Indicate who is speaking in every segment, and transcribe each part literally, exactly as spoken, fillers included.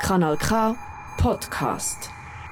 Speaker 1: Kanal K Podcast.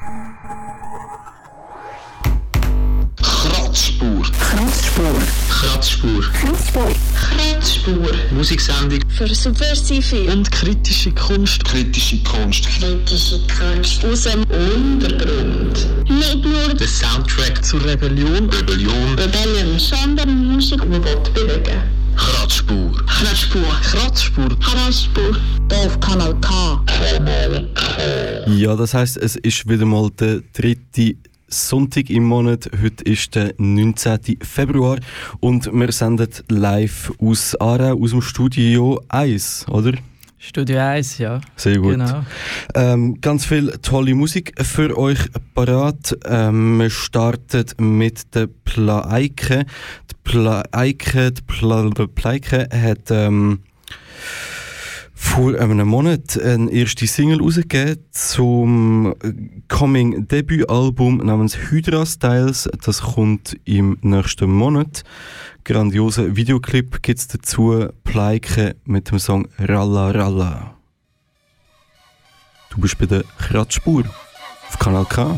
Speaker 2: Kratzspur.
Speaker 3: Kratzspur.
Speaker 2: Kratzspur.
Speaker 3: Kratzspur.
Speaker 2: Kratzspur. Musiksendung
Speaker 3: für subversive
Speaker 2: und kritische Kunst. Kritische Kunst.
Speaker 3: Kritische Kunst.
Speaker 2: Aus dem Untergrund.
Speaker 3: Nicht nur
Speaker 2: der Soundtrack zur Rebellion. Rebellion.
Speaker 3: Rebellion, sondern Musik, die Gott bewegen.
Speaker 2: Kratzspur.
Speaker 3: Kratzspur.
Speaker 2: Kratzspur.
Speaker 3: Kratzspur. Hier auf Kanal K.
Speaker 2: Kanal K.
Speaker 4: Ja, das heisst, es ist wieder mal der dritte Sonntag im Monat. Heute ist der neunzehnten Februar und wir senden live aus Aarau, aus dem Studio eins, oder?
Speaker 5: Studio eins, ja.
Speaker 4: Sehr gut.
Speaker 5: Genau.
Speaker 4: Ähm, ganz viel tolle Musik für euch parat. Ähm, wir starten mit der Plaike. Die Plaike, die Pla- die Plaike hat ähm, vor einem Monat eine erste Single rausgegeben zum Coming Debütalbum namens Hydra Styles. Das kommt im nächsten Monat. Grandioser Videoclip gibt es dazu. Plaike mit dem Song Ralla Ralla. Du bist bei der Kratzspur auf Kanal K.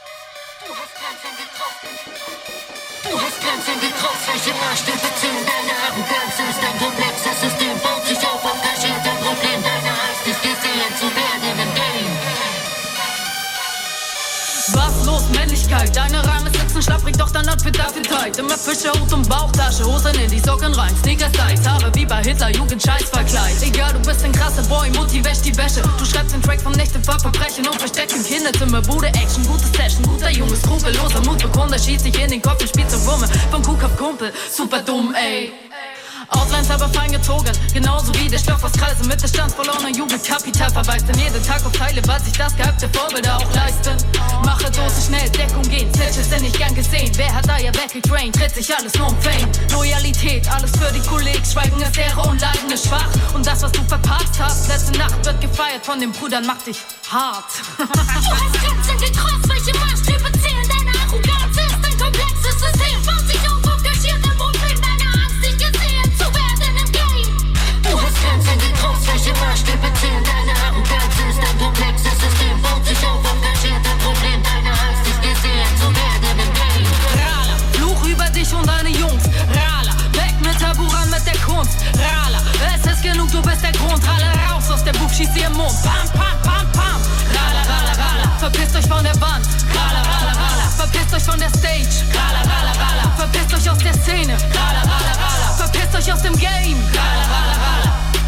Speaker 6: Was los, Männlichkeit? Deine Reime sitzen schlapprig, doch dein Outfit dafür tight. Immer Fischerhut und Bauchtasche, Hosen in die Socken rein, Sneakers tight. Haare wie bei Hitler, Jugendscheißverkleid. Egal, du bist ein krasser Boy, Mutti, wäsch die Wäsche. Du schreibst den Track vom Nächte, Verbrechen und Verstecken. Kinderzimmer, Bude, Action, gute Session. Guter Junge, skrupelloser Mutbegründer, schießt sich in den Kopf und spielt zum Wumme. Von Kuh auf Kumpel, super dumm, ey. Outlines aber fein gezogen, genauso wie der Stoff aus Kreisen mit der standsverlorener Jugend Kapital verweist. Denn jeden Tag auf Teile, weil sich das gehypte Vorbilder auch leisten. Mache Dose schnell, Deckung gehen, Snitches sind nicht gern gesehen. Wer hat Eier weggedraint, dreht sich alles nur um Fame. Loyalität, alles für die Kollegen, Schweigen ist Ehre und Leiden ist schwach. Und das, was du verpasst hast, letzte Nacht wird gefeiert von den Brüdern, macht dich hart. Du hast Grenzen gekrossen, welche Maßstäbe zählen, deine Arroganz ist ein komplexes System. Baut sich auf, engagiert ein Problem, deine Angst, dich gesehen zu werden im Game. Du hast Grenzen gekrossen, welche Maßstäbe zählen, deine Arroganz ist ein komplexes System. Baut sich auf, engagiert ein Problem, deine Angst, dich gesehen zu werden im Game. Rala, Fluch über dich und deine Jungs. Rala, weg mit Tabu ran mit der Kunst. Rala, es ist genug, du bist der Grund. Rala, raus aus der Buch, schieß ihr im Mund. Pam, pam, pam, pam. Rala, rala, rala, verpisst euch von der Wand. Rala, rala, rala, verpisst euch von der Stage. Rala, rala, rala, verpisst euch aus der Szene. Rala, rala, rala, verpisst euch aus dem Game. Rala, rala, rala.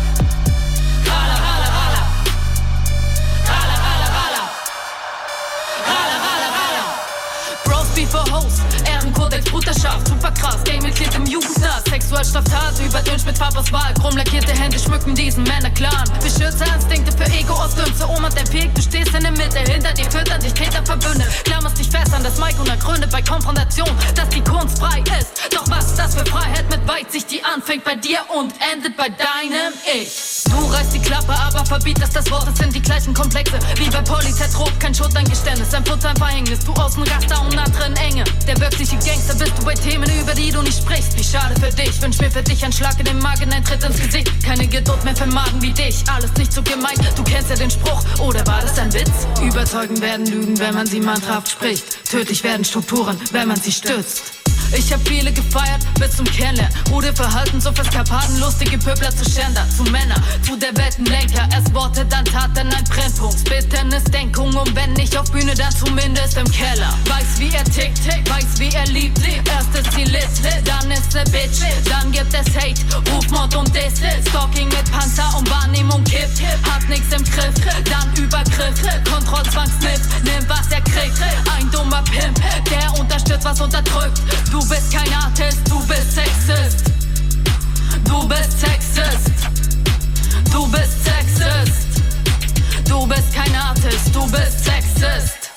Speaker 6: Rala, rala, rala. Rala, rala, rala. Rala, rala, rala. Bros beef for Host, Ehrenkodex, Bruderschaft, super krass, Game-Mitglied im Jugendknast, Sexualstraftat, überdüncht mit Papas Wahl, krumm lackierte Hände schmücken diesen Männerclan. Beschützerinstinkte für Ego aus Dünze, Oma der Peg, du stehst in der Mitte, hinter dir füttern dich Täter verbündet, klammerst dich fest an das Mic und ergründet bei Konfrontation, dass die Kunst frei ist. Doch was ist das für Freiheit mit Weitsicht, die anfängt bei dir und endet bei deinem Ich? Du reißt die Klappe, aber verbietest das Wort, es sind die gleichen Komplexe, wie bei Polizetrop, kein Schuldeingeständnis, ein Putz, ein Verhängnis, du außen Raster und andere Enge. Der wirkliche Gangster bist du bei Themen, über die du nicht sprichst. Wie schade für dich, wünsch mir für dich einen Schlag in den Magen, ein Tritt ins Gesicht. Keine Geduld mehr für Magen wie dich, alles nicht so gemeint. Du kennst ja den Spruch, oder war das ein Witz? Überzeugen werden Lügen, wenn man sie mantrahaft spricht. Tödlich werden Strukturen, wenn man sie stützt. Ich hab viele gefeiert, bis zum Kennenlernen. Rude Verhalten, so Verskapaden, lustige Pöbler zu Schänder. Zu Männer, zu der Weltenlenker. Erst Worte, dann Taten, ein Brennpunkt. Bitterness-Denkung, und wenn nicht auf Bühne, dann zumindest im Keller. Weiß, wie er tickt, weiß, wie er liebt. Erstes Ziel ist, dann ist ne Bitch. Dann gibt es Hate, Rufmord und Diss. Stalking mit Panzer und Wahrnehmung kippt. Hat nix im Griff, dann Übergriff. Kontrollzwangssniff, nimm was er kriegt. Ein dummer Pimp, der unterstützt, was unterdrückt. Du bist kein Artist, du bist Sexist. Du bist Sexist. Du bist Sexist. Du bist kein Artist, du bist Sexist.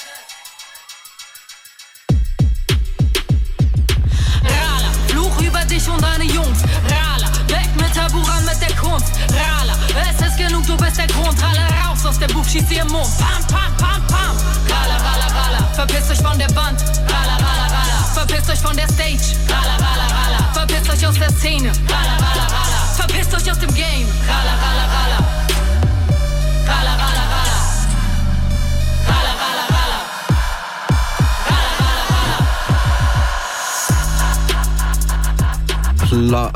Speaker 6: Rala, Fluch über dich und deine Jungs. Rala, weg mit Tabu ran mit der Kunst. Rala, es ist genug, du bist der Grund. Rala, raus aus der Buch, schieß ihr im Mund. Pam, pam, pam, pam. Rala, rala, rala, verpisst euch von der Wand. Rala, rala, rala, verpisst euch von der Stage. Rala, rala, rala, verpisst euch aus der Szene. Rala, rala, rala, verpisst euch aus dem Game. Rala, rala, rala. Rala, rala, rala.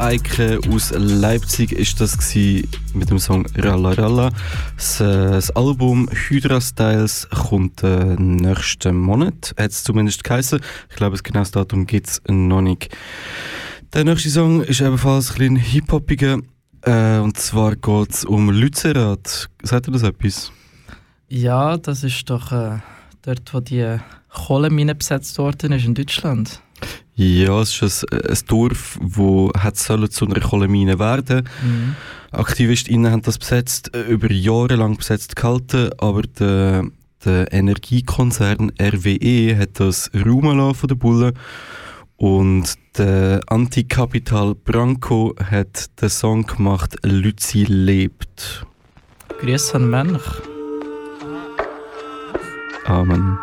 Speaker 4: Eike aus Leipzig ist das gewesen, mit dem Song Ralla Ralla. Das, äh, das Album Hydra Styles kommt äh, nächsten Monat, hat es zumindest geheißen. Ich glaube, das genaue Datum gibt es noch nicht. Der nächste Song ist ebenfalls ein bisschen hip-hoppiger, äh, und zwar geht es um Lützerath. Sagt ihr das etwas?
Speaker 5: Ja, das ist doch äh, dort, wo die Kohlemine besetzt worden ist in Deutschland. Ja,
Speaker 4: es ist ein, ein Dorf, das zu einer Kohlemine werden soll. Mhm. AktivistInnen haben das besetzt, über Jahre lang besetzt gehalten, aber der, der Energiekonzern R W E hat das räumen lassen von den Bullen. Und der Antikapital Branco hat den Song gemacht «Lützi lebt».
Speaker 5: Grüß an Mensch.
Speaker 4: Amen.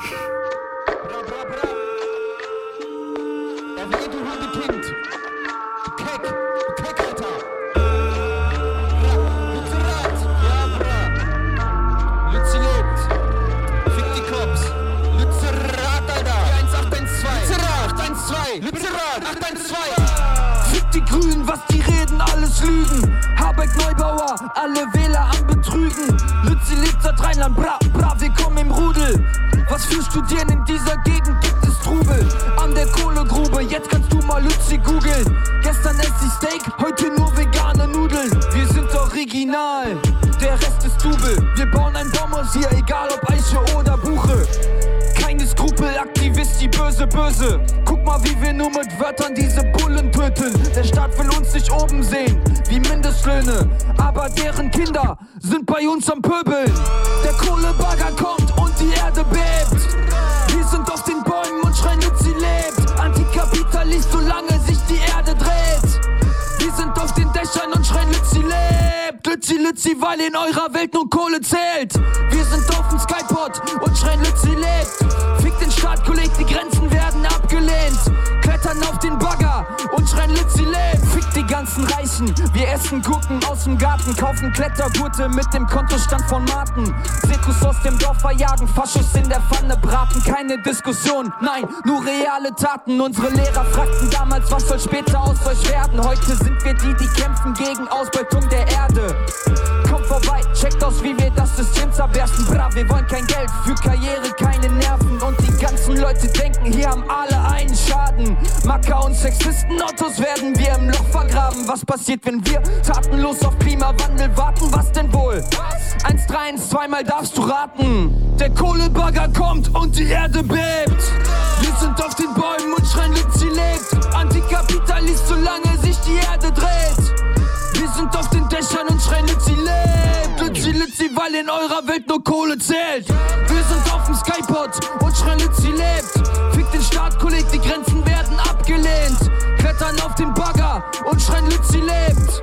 Speaker 7: Fick die Grünen, was die reden, alles Lügen. Habeck Neubauer, alle Wähler am Betrügen. Lützi lebt seit Rheinland, bra, bra, wir kommen im Rudel. Was für Studieren in dieser Gegend gibt es Trubel. An der Kohlegrube, jetzt kannst du mal Lützi googeln. Gestern ess ich Steak, heute nur vegane Nudeln. Wir sind original, der Rest ist Double. Wir bauen ein Baumhaus hier, egal ob Eiche oder Buche. Keine Skrupel, Aktivist, die böse, böse. Guck mal, wie wir nur mit Wörtern diese Bullen töten. Der Staat will uns nicht oben sehen, wie Mindestlöhne. Aber deren Kinder sind bei uns am Pöbeln. Der Kohlebagger kommt und die Erde bebt. Wir sind auf den Bäumen und schreien, Lützi lebt. Antikapitalist, solange sich die Erde dreht. Wir sind auf den Dächern und schreien, Lützi lebt. Lützi, Lützi, weil in eurer Welt nur Kohle zählt. Wir sind auf dem Skypod und schreien, Lützi lebt. Fick den Staat, Kolleg, die Grenzen werden abgelehnt. Klettern auf den Bagger und schreien, Lützi lebt. Fick die ganzen Reichen, wir essen Gurken aus dem Garten. Kaufen Klettergurte mit dem Kontostand von Martin. Zirkus aus dem Dorf verjagen, Faschos in der Pfanne braten. Keine Diskussion, nein, nur reale Taten. Unsere Lehrer fragten damals, was soll später aus euch werden. Heute sind wir die, die kämpfen gegen Ausbeutung der Erde. Kommt vorbei, checkt aus, wie wir das System zerbersten. Bra, wir wollen kein Geld für Karriere, keine Nerven. Und die ganzen Leute denken, hier haben alle einen Schaden. Macker und Sexisten, Autos werden wir im Loch vergraben. Was passiert, wenn wir tatenlos auf Klimawandel warten? Was denn wohl? Eins, drei, eins, zweimal darfst du raten. Der Kohlebagger kommt und die Erde bebt. Wir sind auf den Bäumen und schreien, Lützi lebt. Antikapitalist, solange sich die Erde dreht. Wir sind auf den Dächern und schreien, Lützi lebt. Lützi, Lützi, weil in eurer Welt nur Kohle zählt. Wir sind auf dem Skypod und schreien, Lützi lebt. Fick den Staat, Kolleg, die Grenzen werden abgelehnt. Klettern auf den Bagger und schreien, Lützi lebt.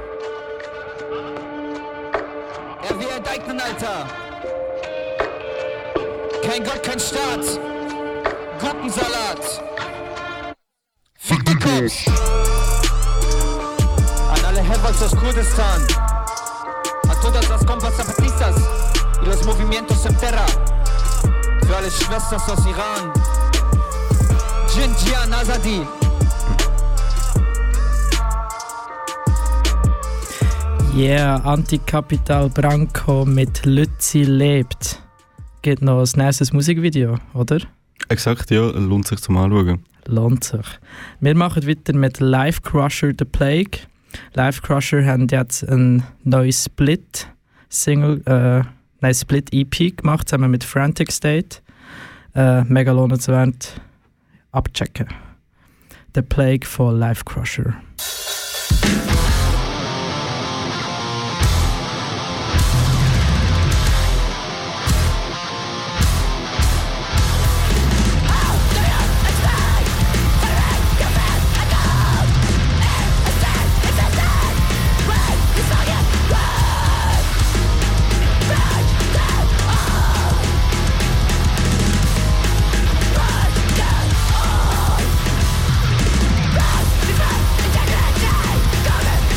Speaker 8: R W enteignen, Alter. Kein Gott, kein Staat. Gurkensalat. Fick die Cops. An alle Hevals aus Kurdistan. A todas las compas zapatistas y los movimientos en terra. Für alle Schwestern aus Iran. Jinjian Azadi.
Speaker 5: Yeah, Antikapital Branco mit Lützi lebt. Gibt noch ein nächstes Musikvideo, oder?
Speaker 4: Exakt, ja, lohnt sich zum Anschauen.
Speaker 5: Lohnt sich. Wir machen weiter mit Life Crusher The Plague. Life Crusher haben jetzt ein neues Split-Single, äh, nein, Split-E P gemacht, zusammen mit Frantic State. Äh, mega lohnenswert. Abchecken. The Plague von Life Crusher.
Speaker 9: Coming!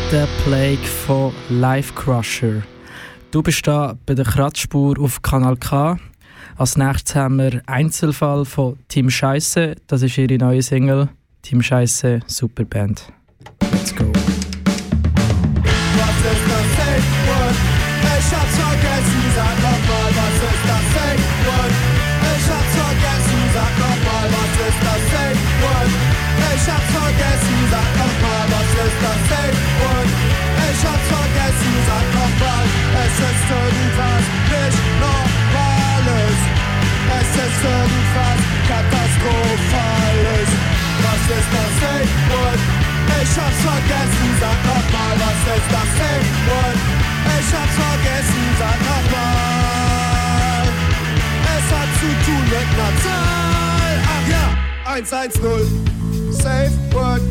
Speaker 5: The Plague von Life Crusher. Du bist da bei der Kratzspur auf Kanal K. Als nächstes haben wir Einzelfall von Team Scheisse. Das ist ihre neue Single. Team Scheisse, super Band. Let's go.
Speaker 9: Was ist das Fake-Word? Ich hab's vergessen, sag nochmal, was ist das Fake-Word? Ich hab's vergessen, sag nochmal, was ist das Fake-Word? Ich hab's vergessen, sag nochmal, was ist das Fake-Word? Ich hab's vergessen, sag nochmal, es ist irgendwas nicht Normales. Es ist irgendwas Katastrophales. Was ist das Fake-Word? Ich hab's vergessen, sag nochmal, was ist das Fake-Word? Ich hab's vergessen, sag nochmal. Es hat zu tun mit einer Zahl. Ach ja, eins eins null. Safe Word.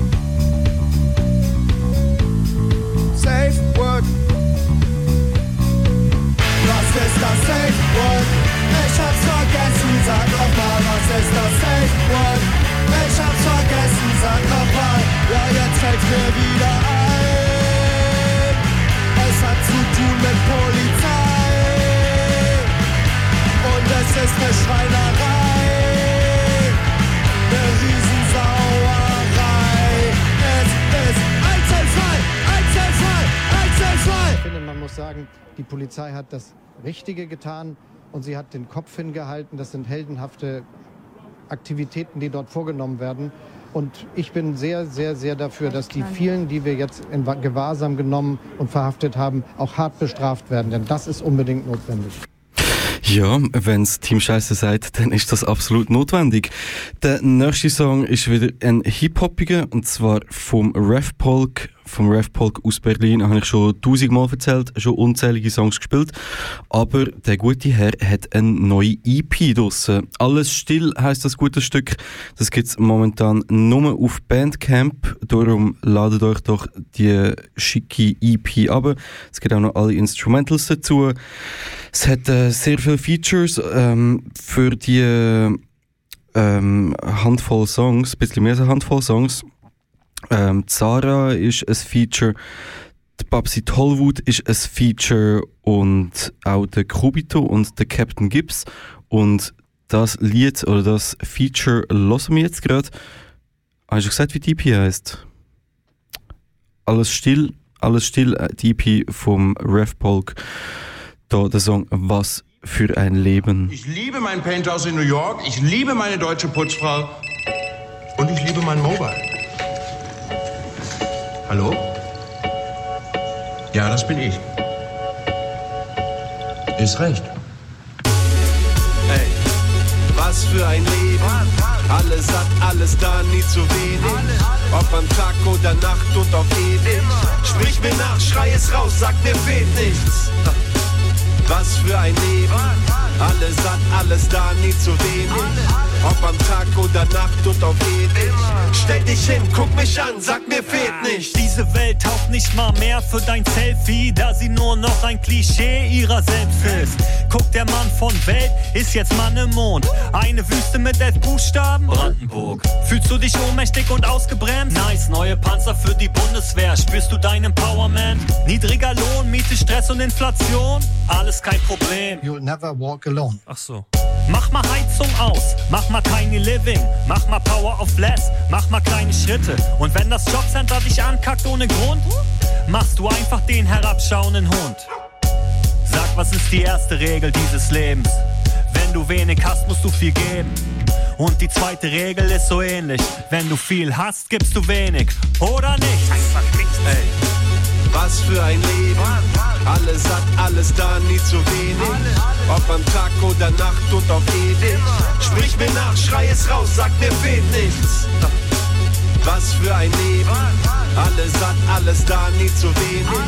Speaker 9: Safe Word. Was ist das Safe Word? Ich hab's vergessen, sag nochmal, was ist das Safe Word? Ich hab's vergessen, sag nochmal, ja jetzt fällt's mir wieder ein. Es hat zu tun mit Polizei und es ist eine Schreinerei, eine Riesensauerei. Es ist Einzelfall, Einzelfall, Einzelfall.
Speaker 10: Ich finde, man muss sagen, die Polizei hat das Richtige getan und sie hat den Kopf hingehalten. Das sind heldenhafte Aktivitäten, die dort vorgenommen werden. Und ich bin sehr, sehr, sehr dafür, dass die vielen, die wir jetzt in Gewahrsam genommen und verhaftet haben, auch hart bestraft werden. Denn das ist unbedingt notwendig.
Speaker 4: Ja, wenn's Team Scheisse sagt, dann ist das absolut notwendig. Der nächste Song ist wieder ein Hip-Hoppiger, und zwar vom Ref-Polk. Vom Ref-Polk aus Berlin habe ich schon tausendmal erzählt, schon unzählige Songs gespielt. Aber der gute Herr hat eine neue E P draussen. Alles still heisst das gute Stück. Das gibt's momentan nur auf Bandcamp. Darum ladet euch doch die schicke E P ab. Es gibt auch noch alle Instrumentals dazu. Es hat äh, sehr viele Features ähm, für die ähm, Handvoll Songs, ein bisschen mehr als eine Handvoll Songs. Ähm, Zara ist ein Feature, die Babsi Tollwood ist ein Feature und auch der Kubito und der Captain Gibbs. Und das Lied oder das Feature hören wir jetzt gerade. Hast du gesagt, wie die E P heisst? Alles still, alles still, die E P vom Ref-Polk. Da der Song Was für ein Leben.
Speaker 11: Ich liebe mein Penthouse in New York, ich liebe meine deutsche Putzfrau und ich liebe mein Mobile. Hallo? Ja, das bin ich. Ist recht.
Speaker 12: Ey, was für ein Leben. Alles satt, alles da, nie zu wenig. Ob am Tag oder Nacht und auf ewig. Sprich mir nach, schrei es raus, sag mir fehlt nichts. Was für ein Leben. Alles satt, alles da, nie zu wenig. Ob am Tag oder Nacht und auf ewig. Stell dich hin, guck mich an, sag mir fehlt nicht.
Speaker 13: Diese Welt taugt nicht mal mehr für dein Selfie, da sie nur noch ein Klischee ihrer selbst ist. Guck, der Mann von Welt ist jetzt Mann im Mond. Eine Wüste mit elf Buchstaben, Brandenburg. Fühlst du dich ohnmächtig und ausgebremst? Nice, neue Panzer für die Bundeswehr. Spürst du dein Empowerment? Niedriger Lohn, Miete, Stress und Inflation? Alles kein Problem.
Speaker 10: You'll never walk alone.
Speaker 13: Ach so. Mach mal Heizung aus, mach mal tiny living, mach mal Power of Less, mach mal kleine Schritte. Und wenn das Jobcenter dich ankackt ohne Grund, machst du einfach den herabschauenden Hund. Sag, was ist die erste Regel dieses Lebens? Wenn du wenig hast, musst du viel geben. Und die zweite Regel ist so ähnlich. Wenn du viel hast, gibst du wenig. Oder nichts. Einfach nichts.
Speaker 12: Ey, was für ein Leben. Alles satt, alles da, nie zu wenig. Ob am Tag oder Nacht und auf ewig. Sprich mir nach, schrei es raus, sag mir fehlt nichts. Was für ein Leben. Alles satt, alles da, nie zu wenig.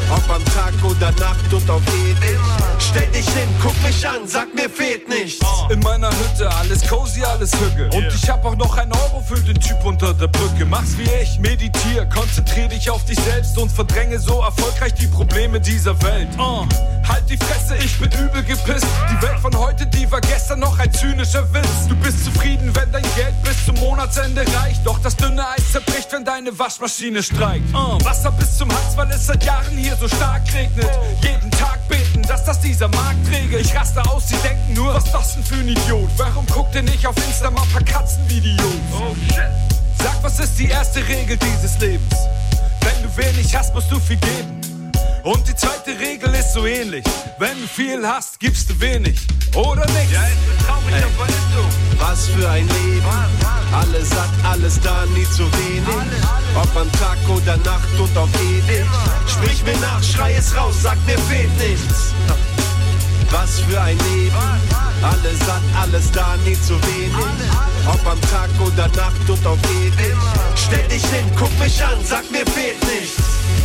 Speaker 12: Ob am Tag oder Nacht und auf ewig. Stell dich hin, guck mich an, sag mir fehlt nichts.
Speaker 14: In meiner Hütte, alles cozy, alles Hügge. Und ich hab auch noch ein Euro für den Typ unter der Brücke. Mach's wie ich, meditier, konzentrier dich auf dich selbst und verdränge so erfolgreich die Probleme dieser Welt. uh. Halt die Fresse, ich bin übel gepisst. Die Welt von heute, die war gestern noch ein zynischer Witz. Du bist zufrieden, wenn dein Geld bis zum Monatsende reicht. Doch das dünne Eis zerbricht, wenn deine Waschmaschine streikt. uh. Wasser bis zum Hals, weil es seit Jahren hier so stark regnet. Jeden Tag beten, dass das dieser Markt regelt. Ich raste aus, sie denken nur, was das denn für ein Idiot? Warum guckt ihr nicht auf Insta mal ein paar Katzenvideos? Oh shit. Sag, was ist die erste Regel dieses Lebens? Wenn du wenig hast, musst du viel geben. Und die zweite Regel ist so ähnlich. Wenn du viel hast, gibst du wenig. Oder nichts. Ja, ist traurig, hey. Aber ist so.
Speaker 12: Was für ein Leben. Alles satt, alles da, nie zu wenig. Ob am Tag oder Nacht und auf ewig. Sprich mir nach, schrei es raus, sag mir fehlt nichts. Was für ein Leben. Alles satt, alles da, nie zu wenig. Ob am Tag oder Nacht und auf ewig. Stell dich hin, guck mich an, sag mir fehlt nichts.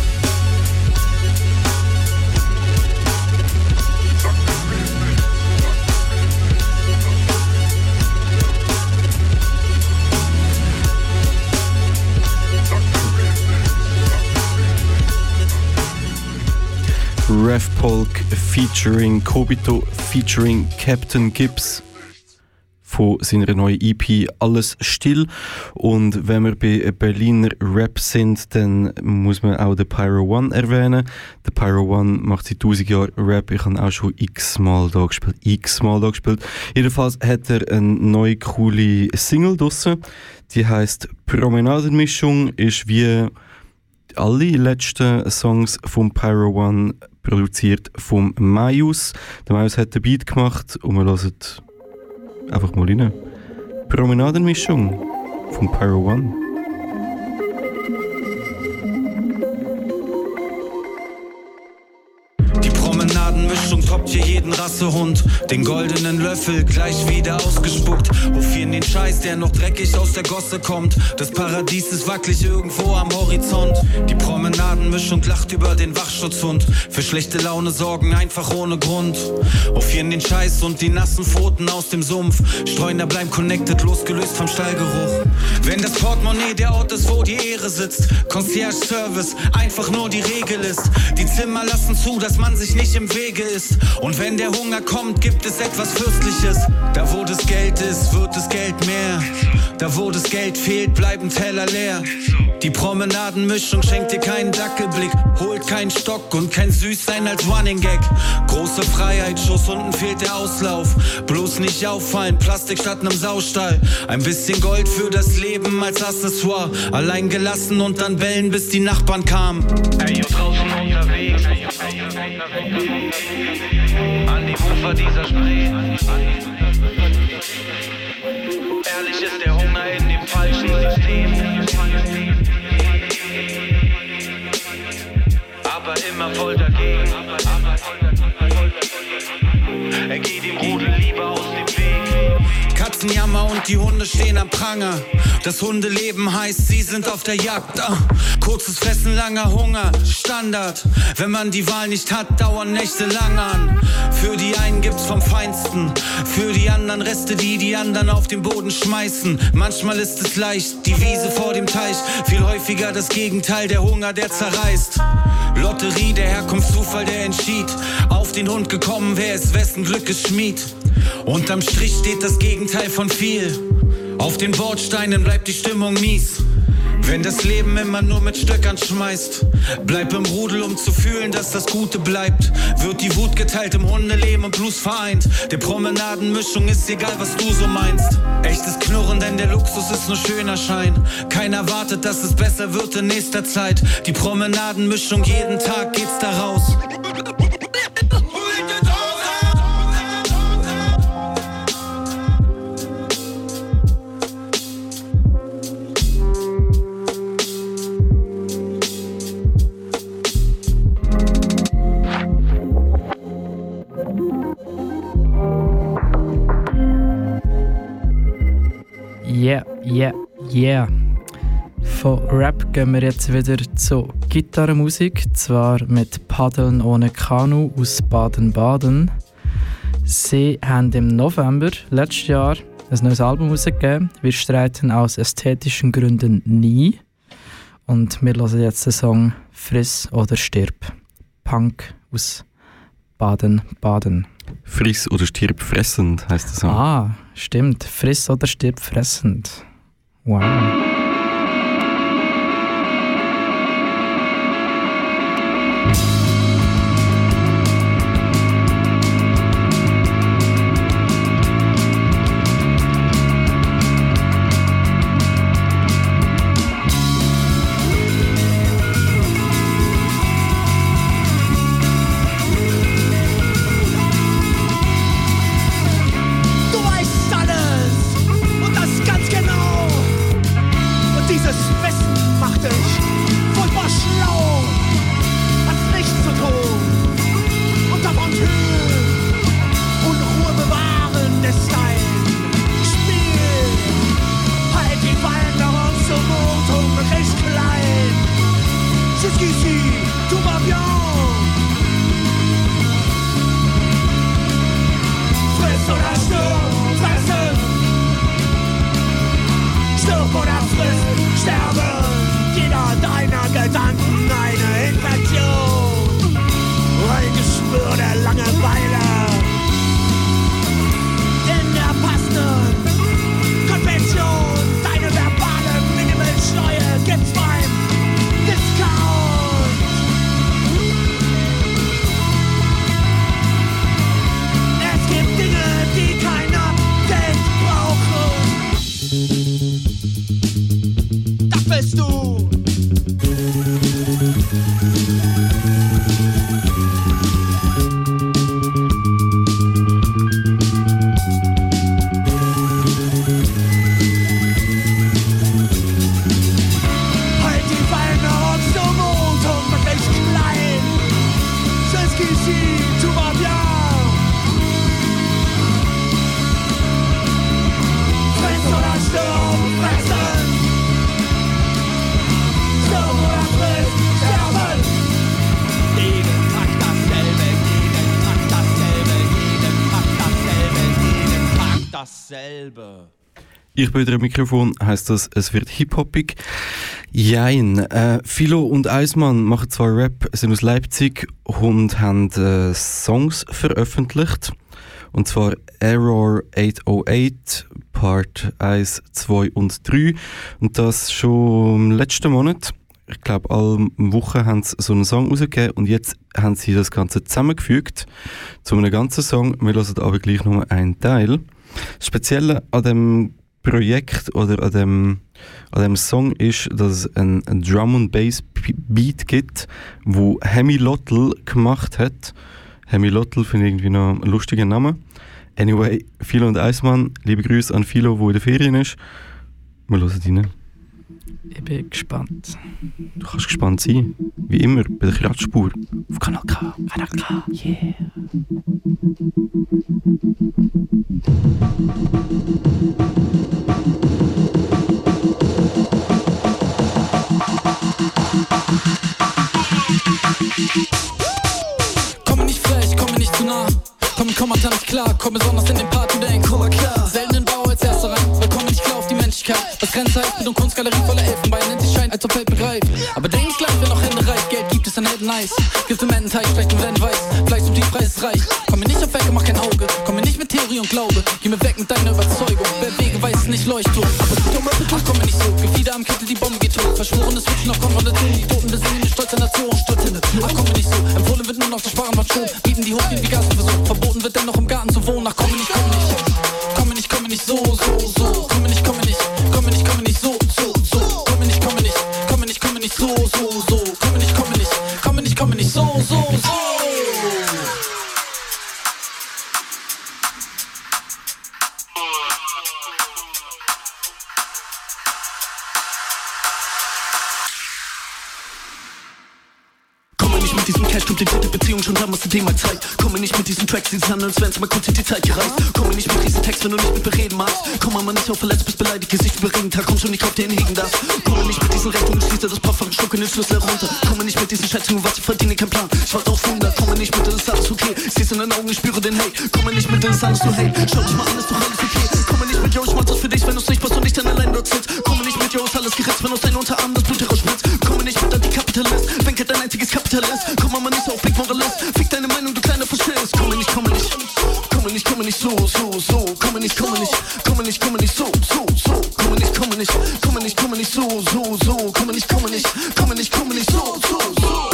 Speaker 4: Rev Polk featuring Kobito featuring Captain Gibbs von seiner neuen E P «Alles still». Und wenn wir bei Berliner Rap sind, dann muss man auch den Pyro One erwähnen. Der Pyro One macht seit tausend Jahren Rap. Ich habe auch schon x-mal da gespielt. X-mal da gespielt. Jedenfalls hat er eine neue, coole Single draussen. Die heisst «Promenadenmischung», ist wie alle letzten Songs vom Pyro One produziert vom Maius. Der Maius hat den Beat gemacht und wir hören einfach mal rein. Promenadenmischung vom Pyro One.
Speaker 15: Promenadenmischung toppt hier jeden Rassehund. Den goldenen Löffel gleich wieder ausgespuckt. Hofieren den Scheiß, der noch dreckig aus der Gosse kommt. Das Paradies ist wackelig irgendwo am Horizont. Die Promenadenmischung lacht über den Wachschutzhund. Für schlechte Laune sorgen einfach ohne Grund. Hofieren den Scheiß und die nassen Pfoten aus dem Sumpf. Streuner bleiben connected, losgelöst vom Stallgeruch. Wenn das Portemonnaie der Ort ist, wo die Ehre sitzt. Concierge Service, einfach nur die Regel ist. Die Zimmer lassen zu, dass man sich nicht im Wege ist. Und wenn der Hunger kommt, gibt es etwas Fürstliches. Da wo das Geld ist, wird das Geld mehr. Da wo das Geld fehlt, bleiben Teller leer. Die Promenadenmischung schenkt dir keinen Dackelblick. Holt keinen Stock und kein Süßsein als Running Gag. Große Freiheit, Schuss, unten fehlt der Auslauf. Bloß nicht auffallen, Plastik statt nem Saustall. Ein bisschen Gold für das Leben als Accessoire. Allein gelassen und dann bellen, bis die Nachbarn kamen.
Speaker 16: Ey, yo, draußen unterwegs. An die Ufer dieser Spree. Ehrlich ist der Hunger in dem falschen System. Aber immer voll dagegen. Er geht dem Rudel lieber aus dem Weg.
Speaker 15: Katzenjammer und die Hunde stehen am Pranger. Das Hundeleben heißt, sie sind auf der Jagd. Ah, kurzes Fressen, langer Hunger, Standard. Wenn man die Wahl nicht hat, dauern Nächte lang an. Für die einen gibt's vom Feinsten, für die anderen Reste, die die anderen auf den Boden schmeißen. Manchmal ist es leicht, die Wiese vor dem Teich. Viel häufiger das Gegenteil, der Hunger, der zerreißt. Lotterie, der Herkunftszufall, der entschied. Auf den Hund gekommen, wer ist wessen Glückes Schmied. Unterm Strich steht das Gegenteil von viel. Auf den Bordsteinen bleibt die Stimmung mies. Wenn das Leben immer nur mit Stöckern schmeißt, bleib im Rudel, um zu fühlen, dass das Gute bleibt. Wird die Wut geteilt im Hundeleben und Blues vereint. Der Promenadenmischung ist egal, was du so meinst. Echtes Knurren, denn der Luxus ist nur schöner Schein. Keiner wartet, dass es besser wird in nächster Zeit. Die Promenadenmischung, jeden Tag geht's da raus.
Speaker 5: Yeah, yeah, yeah. Von Rap gehen wir jetzt wieder zu Gitarrenmusik, zwar mit Paddeln ohne Kanu aus Baden-Baden. Sie haben im November letztes Jahr ein neues Album herausgegeben. Wir streiten aus ästhetischen Gründen nie. Und wir hören jetzt den Song «Friss oder stirb». Punk aus Baden-Baden.
Speaker 4: «Friss oder stirb fressend» heisst der Song.
Speaker 5: Ah, stimmt. «Friss oder stirb fressend». Wow.
Speaker 4: Ich bin wieder am Mikrofon, heisst das, es wird hip-hoppig. Jein. Äh, Philo und Eismann machen zwar Rap, sind aus Leipzig und haben äh, Songs veröffentlicht. Und zwar Error achthundertacht, Part eins, zwei und drei. Und das schon im letzten Monat. Ich glaube, alle Wochen haben sie so einen Song rausgegeben und jetzt haben sie das Ganze zusammengefügt zu einem ganzen Song. Wir hören aber gleich nur einen Teil. Das Spezielle an dem Projekt oder an dem, an dem Song ist, dass es einen, einen Drum and Bass Beat gibt, wo Hemi Lotl gemacht hat. Hemi Lotl finde ich irgendwie noch einen lustigen Namen. Anyway, Philo und Eismann, liebe Grüße an Philo, der in der Ferien ist. Wir hören rein.
Speaker 5: Ich bin gespannt.
Speaker 4: Du kannst gespannt sein. Wie immer, bei der Kratzspur. Auf Kanal K.
Speaker 5: Kanal K, yeah.
Speaker 17: Komme nicht frech, komme nicht zu nah. Komm, komm, Alter, nicht klar. Komm besonders in den Part, du denkst, komm mal klar. Seltenen Bau als erster rein, weil komm nicht klar auf die Menschlichkeit. Was Grenze heißt, mit und Kunstgalerie voller Elfenbein. Nennt sich Schein, als ob Welt begreift. Aber denk nicht gleich, wenn noch Hände reicht. Geld gibt es, dann hält nice. Gibt im Ententeig, schlecht und wenn weiß. Fleisch und die Preis reicht. Komm mir nicht auf Wecke, mach kein Auge. Komm mir nicht mit Theorie und Glaube. Geh mir weg mit deiner Überzeugung. Wer Wege weiß, ist nicht Leuchtturm. Aber du dumme, ach komm mir nicht so. Gefieder am Kittel, die Bombe geht hoch. Verschworen, es wird noch Konfrontation. Die Toten besingen den Stolz der Nation. Stolz in der Tür. Ach komm mir nicht so. Empfohlen wird nur noch zu sparen, was schon. Bieten die hoch, gehen wie Gasversuch. Verboten wird dann noch im Garten zu wohnen. Ach komm mir nicht, komm mir nicht. Komm mir nicht, komm mir nicht so, so, so. Komm mir nicht, komm mir nicht. Komm mir nicht, komm mir nicht so, so, so. Komm mir nicht, komm mir nicht. Komm mir nicht, komm mir nicht so, so, so. Komm mir nicht, komm mir nicht. Komm mir nicht, komm mir nicht so, so, so.
Speaker 18: nicht mit diesem Cash, kommt die dritte Beziehung schon damals zu dem mal Zeit. Komme nicht mit diesen Tracks, die sich anhören, als wenn's mal kurz in die Zeit gereist. Komme nicht mit diesem Text, wenn du nicht mit bereden magst. Komm mal nicht auf verletzt, bist beleidigt, Gesicht überreden, Tag komm schon nicht auf den hegen das. Komme nicht mit diesen Rechnungen, schließe das Pop von Schluck in den Schlüssel runter. Komme nicht mit diesen Schätzungen, was ich verdiene, kein Plan. Ich warte auf Wunder, komme nicht mit, das ist alles okay. Siehst in den Augen, ich spüre den Hate. Komme nicht mit, das ist alles so hate. Schau dich mal an, ist doch alles okay. Komme nicht mit, yo, ich mach das für dich, wenn du's nicht passt und nicht dann allein dort sitzt. Komme nicht mit, yo, ist alles geritzt, wenn aus deinen Unterarmen das Blut herausspritzt. Komme nicht mit, Antikapitalist, wenn kein dein einziges Kapitalist. Komm mal nicht auf Blick Moralist, fick deine Meinung, du kleiner Faschist. Komme nicht, komme nicht, komme nicht, komme nicht so, so, so. Komme nicht, komme nicht, komme nicht, komme nicht so, so, so. Komme nicht, komme nicht, komme nicht, komme nicht so, so, so. Komme nicht, komme nicht, komme nicht, komme nicht so, so, so.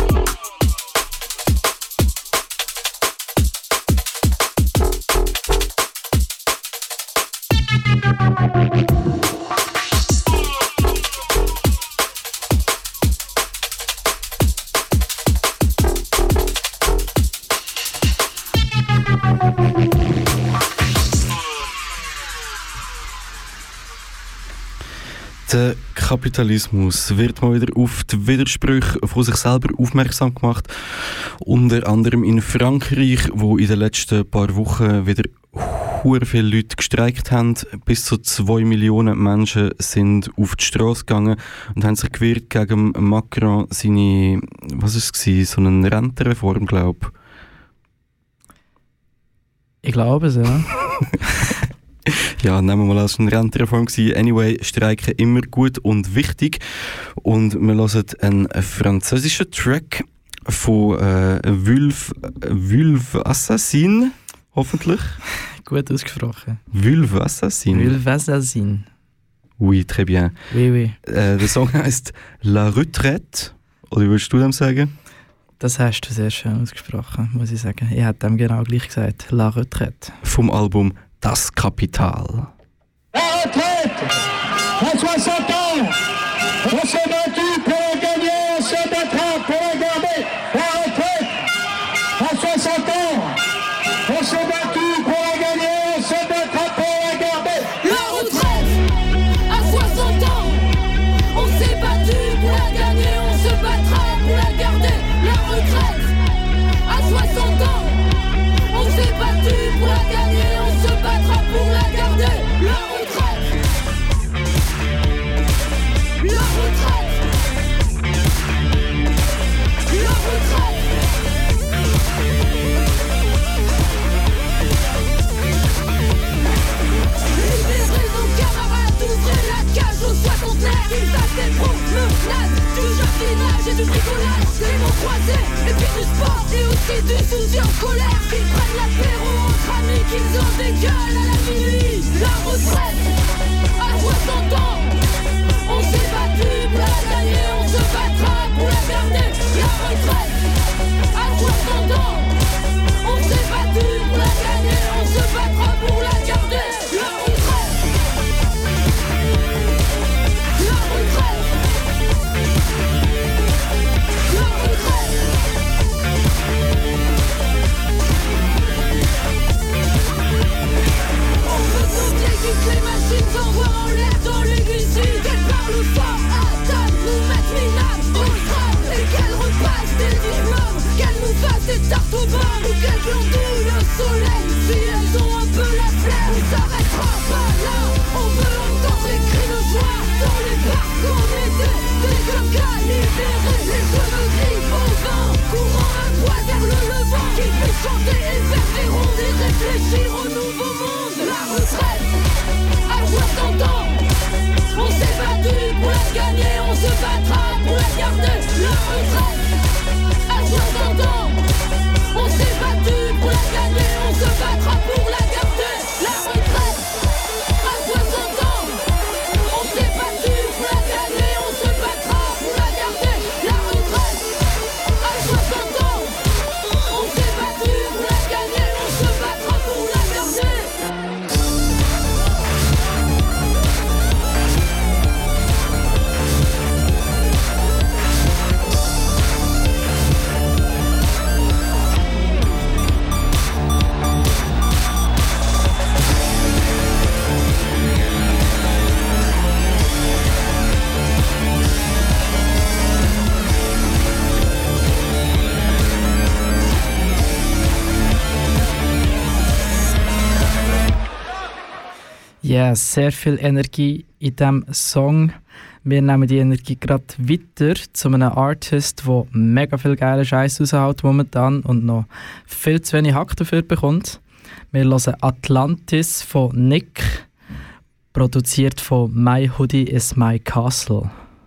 Speaker 4: Der Kapitalismus wird mal wieder auf die Widersprüche von sich selber aufmerksam gemacht. Unter anderem in Frankreich, wo in den letzten paar Wochen wieder hure viele Leute gestreikt haben. Bis zu zwei Millionen Menschen sind auf die Straße gegangen und haben sich gewehrt gegen Macron seine, was ist es, so eine Rentenreform, glaube ich.
Speaker 5: Ich glaube es, ja.
Speaker 4: Ja, nehmen wir mal als eine Rentenreform gewesen. Anyway, Streiken immer gut und wichtig. Und wir hören einen französischen Track von äh, Vulve, Vulve Assassin, hoffentlich.
Speaker 5: Gut ausgesprochen.
Speaker 4: Vulve Assassin.
Speaker 5: Vulve Assassin.
Speaker 4: Oui, très bien.
Speaker 5: Oui, oui.
Speaker 4: Äh, der Song heisst La Retraite. Oder wie würdest du dem sagen?
Speaker 5: Das hast du sehr schön ausgesprochen, muss ich sagen. Ich hätte dem genau gleich gesagt. La Retraite.
Speaker 4: Vom Album Das Kapital.
Speaker 9: La retraite à soixante ans, on s'est battu pour la gagner, on se battra pour la garder. La retraite à soixante ans, on s'est battu pour la gagner, on se battra pour la garder.
Speaker 6: La retraite à soixante ans, on s'est battu pour la gagner, on se battra pour la garder. La retraite à soixante ans, on s'est battu pour la gagner, on se battra pour la garder. La retraite, la retraite, la retraite. Libérez nos camarades, ouvrez la cage aux soixantenaires. Qu'ils fassent des promenades, du jardinage et du bricolage, les mots croisés et puis du sport et aussi du souci en colère. Qu'ils prennent l'apéro entre amis, qu'ils en dégueulent à la minuit. La retraite à soixante ans, on s'est battu pour la gagner, on se battra pour la garder. La retraite à soixante ans, on s'est battu pour la gagner, on se battra pour la garder. La retraite, la retraite, la retraite. On veut sauter, que les machines s'envoient en l'air dans l'aiguille sud. Qu'elles parlent fort, attaquent, nous mettent minables.
Speaker 5: Ja, yeah, sehr viel Energie in diesem Song. Wir nehmen die Energie gerade weiter zu einem Artist, der mega viel geile Scheiß raushält momentan und noch viel zu wenig Hack dafür bekommt. Wir hören Atlantis von Nick, produziert von My Hoodie is My Castle.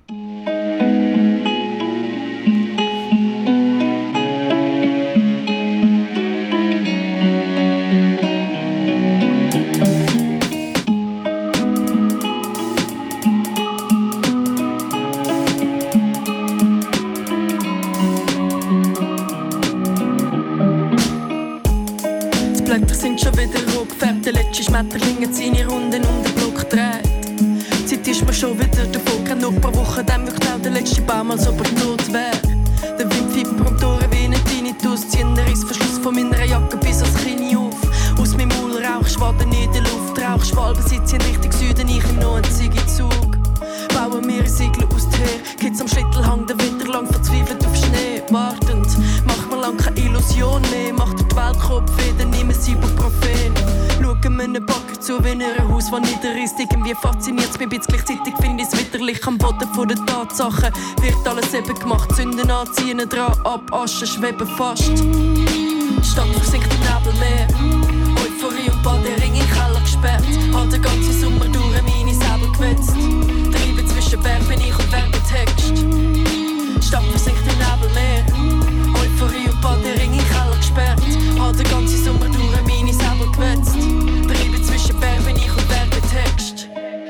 Speaker 19: Schmetterlinge ziehen ihre Runden um den Block dreht. Zeit ist mir schon wieder davon, keine noch ein paar Wochen, dann wird genau der letzte Baum, als ob er tot wäre. Der Wind fiebt um die Ohren wie ein Tinnitus, ziehen den Reissverschluss von meiner Jacke bis ans Kinn auf. Aus meinem Maul Rauchschwaden in der Luft, Rauchschwalben sitzen Richtung Süden, ich im noch einen Ziggezug. Bauen wir ein Segel aus Teer, Kids am Schlittelhang, der Winter lang verzweifelt auf Schnee. Wartend, macht mir lang keine Illusion mehr, macht der Weltkopf wieder, nimm ein Ibuprofen. Schauen wir einen Backer zu, wenn er ein Haus, das niederreißt. Irgendwie fasziniert es mich ein bisschen, gleichzeitig finde ich es widerlich. Am Boden von den Tatsachen wird alles eben gemacht. Zünden anziehen, dran ab, Asche schweben fast. Die Stadt versinkt im Nebelmeer. Euphorie und Badering in den Keller gesperrt. Hat den ganzen Sommer durch meine Säbel gewetzt. Treiben zwischen Berg bin ich und Werbetext. Die Stadt versinkt im Nebelmeer. Euphorie und Badering in den Keller gesperrt. Hat den ganzen Sommer durch meine Säbel gewetzt. Treiben zwischen Berg bin ich und Werbetext.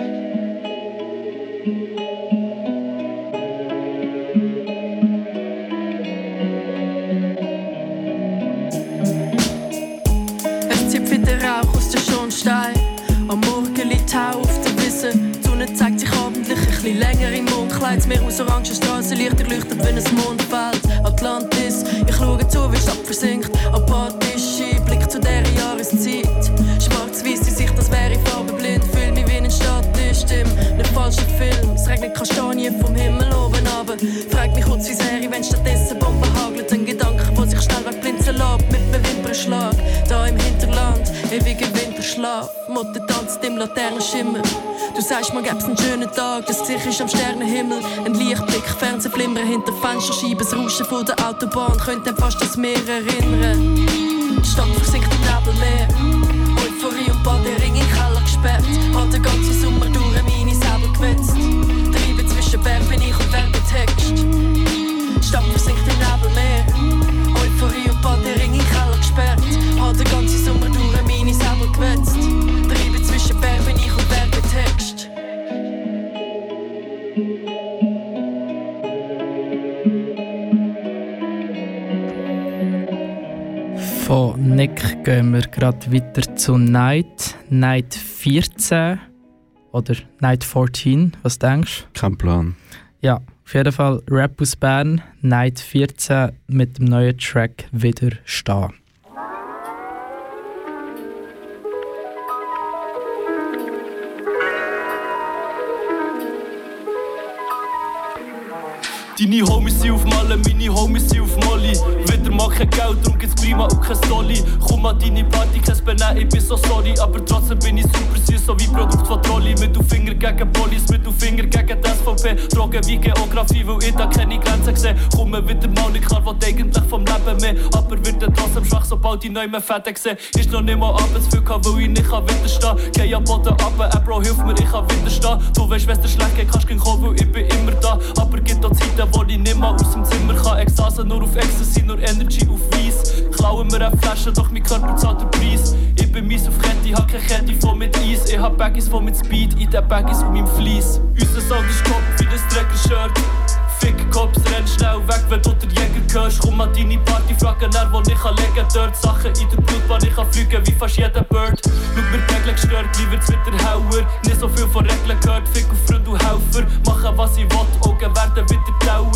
Speaker 19: Es zieht wieder Rauch aus den Schornstein. Am Morgen liegt Tau auf der Wiese. Die Sonne zeigt sich abendlich ein bisschen länger im Mondkleid. Das Meer aus orangen Strassenlichter leuchtet, wenn ein Mondfeld. Atlantis, ich schaue zu, wie die Stadt versinkt. Apathische Blick zu dieser Jahreszeit. Schwarz-weiss in Sicht, als wäre ich farbenblind. Fühl mich wie ein Statist im einem falschen Film. Es regnet Kastanien vom Himmel oben runter. Frag mich kurz, wie es wäre, wenn stattdessen Bomben hagelt. Ein Gedanke, der sich schnell wegblinzeln lässt mit einem Wimpernschlag. Da im Hinterland, ewiger Winterschlaf. Motte tanzt im Laternenschimmer. Du sagst, man gäb's einen schönen Tag, das Gesicht ist am Sternenhimmel. Ein Lichtblick, Fernsehflimmern hinter Fensterscheiben. Das Rauschen von der Autobahn könnte dann fast das Meer erinnern. Die Stadt versinkt im Nebelmeer. Euphorie und Badering in den Keller gesperrt. Hat den ganzen Sommer durch meine Säbel gewetzt. Treiben zwischen Berg bin ich und Werbetext. Die Stadt versinkt im Nebelmeer. Euphorie und Badering in den Keller gesperrt. Hat den ganzen Sommer durch meine Säbel gewetzt. Treiben zwischen Berg bin ich und Werbetext.
Speaker 5: Von Nick gehen wir gerade weiter zu Night. Night vierzehn oder Night vierzehn, was denkst du?
Speaker 4: Kein Plan.
Speaker 5: Ja, auf jeden Fall Rap aus Bern, Night vierzehn mit dem neuen Track «Widerstehen».
Speaker 20: Deine Homies sind auf Malle, meine Homies sind auf Molly. Wieder mal kein Geld, darum gibt's prima und kein Stolli. Komm an deine Party, kein Benehmen, ich bin so sorry. Aber trotzdem bin ich super süß, so wie Produkt von Trolli. Mittelfinger gegen Police, Mittelfinger gegen die S V P. Drogen wie Geografie, weil ich da keine Grenzen sehe. Komme wieder mal nicht klar, was eigentlich vom Leben mehr. Aber wird dann trotzdem schwach, sobald ich neu mehr Fäden sehe. Ist noch nicht mal abends viel gehabt, weil ich nicht widerstehen kann. Geh am Boden runter, ey Bro, hilf mir, ich kann widerstehen. Du weißt, wenn's dir schlecht geht, kannst du kommen, weil ich bin immer da. Aber gibt auch Zeiten, wo ich nicht mal aus dem Zimmer kann. Ekstase nur auf Ecstasy, nur Energy auf Weiss. Klauen mir eine Flasche, doch mein Körper zahlt den Preis. Ich bin mies auf Kette, hab keine Kette voll mit Eis. Ich hab Baggies voll mit Speed, in den Baggies und meinem Fleece. Unser Sound ist Kopf wie das Träger-Shirt. Fick Cops, renn schnell weg, wenn du den Jäger hörst. Komm an deine Party, frage nach, wo ich legen kann. Dort Sachen in der Blutbahn, ich kann fliegen wie fast jeder Bird. Schau mir die Regeln gestört, gleich wird's wieder hauer. Nicht so viel von Regeln gehört, Fick auf Freund und Helfer. Machen was ich will, Augen werden wieder Dauer. Glaub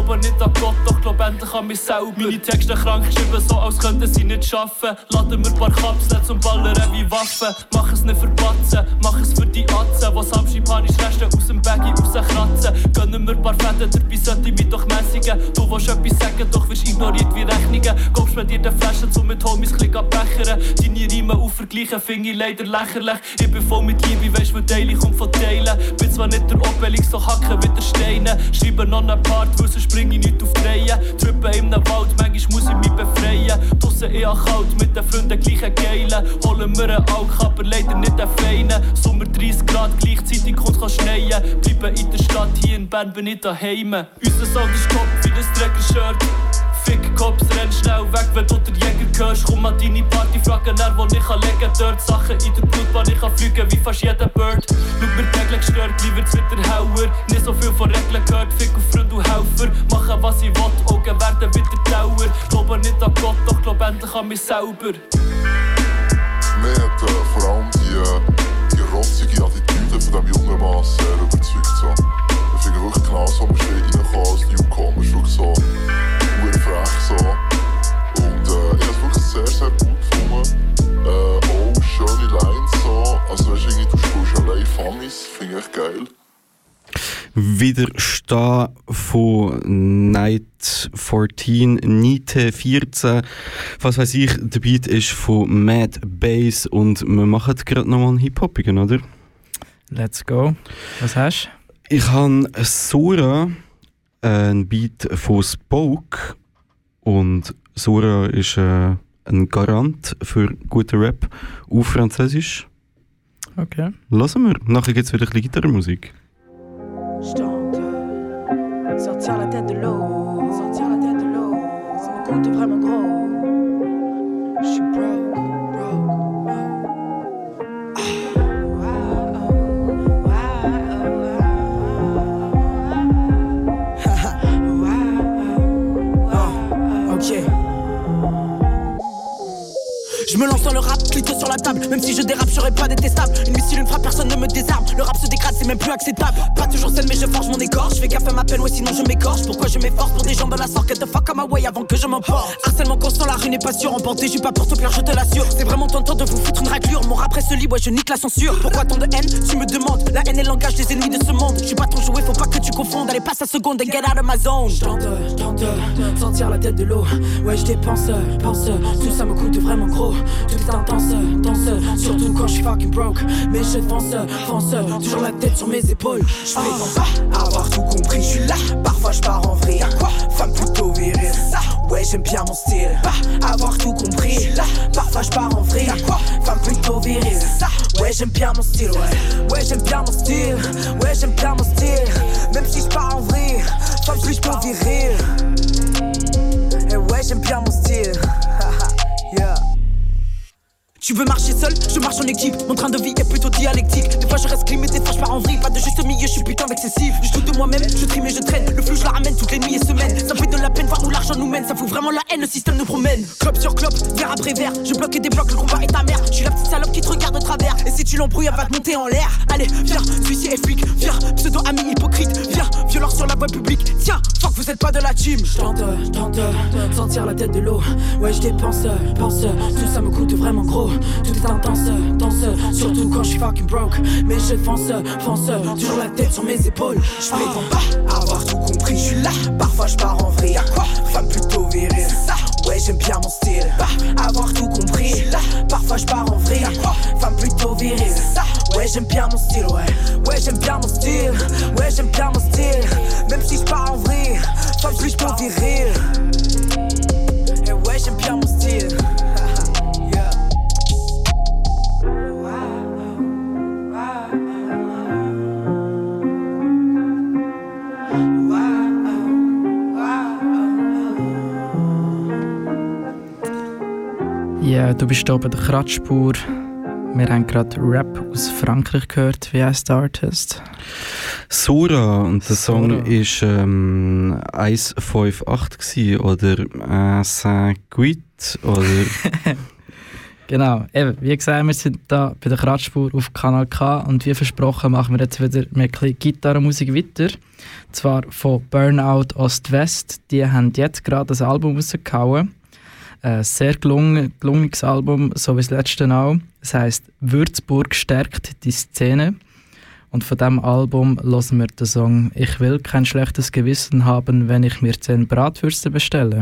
Speaker 20: glaube nicht an Gott, doch glaub endlich an mich selber. Meine Texte krank geschrieben, so als könnten sie nicht schaffen. Laden wir paar Kapseln zum Ballern wie Waffen. Mach es nicht für Batzen, mach es für die Atzen, die Samstag panisch Reste aus dem Baggy rauskratzen. Gönnen wir paar Fäden, dabei sollte ich mich doch mässigen. Du willst etwas sagen, doch wirst ignoriert wie Rechnungen. Kommst mit dir den Flaschen, um mit Homies klick abbechern. Deine Riemen aufvergleichen, finde ich leider lächerlich. Ich bin voll mit Liebe, weisst du, Daily kommt von Teilen. Bin zwar nicht der Obelix, doch hacken wieder Steine. Schreibe noch einen Part, weil sonst spring ich nicht auf die Reihe. Trüppe in einem Wald, manchmal muss ich mich befreien. Draussen eher kalt, mit den Freunden gleichen Geilen. Holen wir einen Alk, aber leider nicht einen feinen. Sommer dreißig Grad, gleichzeitig kommt es schneien. Bleiben in der Stadt, hier in Bern bin ich daheim. Unser Sound ist top wie das Träger-Shirt. Fick Cops, renn schnell weg, wenn du den Jäger hörst. Komm an deine Party, fragen er, wo ich legen kann dort. Sachen in der Blutbahn, ich kann fliegen wie fast jeder Bird. Schau mir die Regeln gestört, gleich wird's wieder hauer. Nicht so viel von Regeln gehört, Fick auf Freund und Helfer. Machen was ich will, Augen werden wieder Dauer. Glaube nicht an Gott, doch glaub endlich an mich selber.
Speaker 21: Mir hat äh, vor allem die, die rotzige Attitüde von diesem jungen Mann sehr überzeugt. So. Ich finde wirklich genau so, man steht reinkommen als Newcomer, ist wirklich so frech so. Und äh, ich habe es wirklich sehr, sehr gut gefunden. Äh, auch schöne Lines so. Also weißt du, du spielst allein Funnies, finde ich geil.
Speaker 4: Widerstehen von Night vierzehn, Nite vierzehn, was weiss ich, der Beat ist von Mad Bass und wir machen gerade nochmal einen Hip-Hopigen, oder?
Speaker 5: Let's go. Was hast
Speaker 4: du? Ich habe Sora, ein Beat von Spoke, und Sora ist äh, ein Garant für guten Rap auf Französisch.
Speaker 5: Okay.
Speaker 4: Lassen wir. Nachher gibt es wieder ein bisschen Gitarrenmusik.
Speaker 22: J'tente sortir la tête de l'eau, sortir la tête de l'eau, ça me coûte vraiment gros. J'suis broke, broke, broke. Ah, wow, wow, wow. Ok. Je me lance dans le rap, clito sur la table. Même si je dérape, je serai pas détestable. Une missile, une frappe, personne ne me désarme. Le rap se dégrade, c'est même plus acceptable. Pas toujours saine, mais je forge mon écorce. Je fais gaffe à ma peine, ouais, sinon je m'écorche. Pourquoi je m'efforce pour des gens de la sorte? Get the fuck on my way avant que je m'emporte. Harcèlement constant, la rue n'est pas sûre. Emporté, je suis pas pour te plaire, je te l'assure. C'est vraiment tentant de vous foutre une raclure. Mon rap reste libre, ouais, je nique la censure. Pourquoi tant de haine? Tu me demandes. La haine est le langage des ennemis de ce monde. Je suis pas ton jouet, faut pas que tu confondes. Allez, passe à seconde and get out of my zone. J'tente, j'tente, sortir la tête de l'eau. Ouais, je dépense, pense. Tout ça me coûte vraiment gros. Tout est intense. Danse, surtout quand je suis fucking broke. Mais je fonce, fonce, toujours la tête sur mes épaules. Je prétends pas avoir tout compris, je suis là. Parfois je pars en vrille. Quoi? Femme plutôt virile. Ouais, j'aime bien mon style. Pas avoir tout compris, je suis là. Parfois je pars en vrille. Quoi? Femme plutôt virile. Ouais, j'aime bien mon style. Ouais, ouais, j'aime bien mon style. Ouais, j'aime bien mon style. Même si je pars en vrille. Femme plutôt virile. Et ouais, j'aime bien mon style. Yeah. Tu veux marcher seul, je marche en équipe. Mon train de vie est plutôt dialectique. Des fois je reste clean, mais des fois je pars en vrille. Pas de juste milieu, je suis putain d'excessif. Je doute de moi-même, je trime et je traîne. Le flou je la ramène toutes les nuits et semaines. Ça me fait de la peine, voir où l'argent nous mène. Ça fout vraiment la haine, le système nous promène. Clope sur clope, verre après verre. Je bloque et débloque, le combat est ta mère. Je suis la petite salope qui te regarde de travers. Et si tu l'embrouilles, elle va te monter en l'air. Allez, viens, huissier et flic. Viens, pseudo-ami hypocrite. Viens, violeur sur la voie publique. Tiens, fuck, vous êtes pas de la team. J'tente, j'tente, sortir la tête de l'eau. Ouais, je dépense, pense. Tout ça me coûte vraiment gros. Tout est intense. Danse, surtout quand je suis fucking broke. Mais je fonce, fonce, toujours la tête sur mes épaules. Je prétends pas avoir tout compris, je suis là. Parfois je pars en vrille. Quoi? Femme plutôt virile. Ouais, j'aime bien mon style. Pas avoir tout compris, je suis là. Parfois je pars en vrille. Quoi? Femme plutôt virile. Ouais, j'aime bien mon style. Ouais, ouais, j'aime bien mon style. Ouais, j'aime bien mon style. Même si je pars en vrille. Femme plutôt virile. Et ouais, j'aime bien mon style.
Speaker 5: Ja, du bist hier bei der Kratzspur. Wir haben gerade Rap aus Frankreich gehört. Wie heißt der Artist?
Speaker 4: Sora. Und der Song
Speaker 5: Sora.
Speaker 4: ist ähm, eins fünf acht gewesen, oder äh, cinq huit oder
Speaker 5: Genau, eben, wie gesagt, wir sind da bei der Kratzspur auf Kanal K und wie versprochen machen wir jetzt wieder mit ein bisschen Gitarrenmusik weiter. Und zwar von Burnout Ost-West. Die haben jetzt gerade ein Album rausgehauen. Ein sehr gelungen, gelungenes Album, so wie das letzte auch. Es heisst «Würzburg stärkt die Szene». Und von diesem Album hören wir den Song «Ich will kein schlechtes Gewissen haben, wenn ich mir zehn Bratwürste bestelle».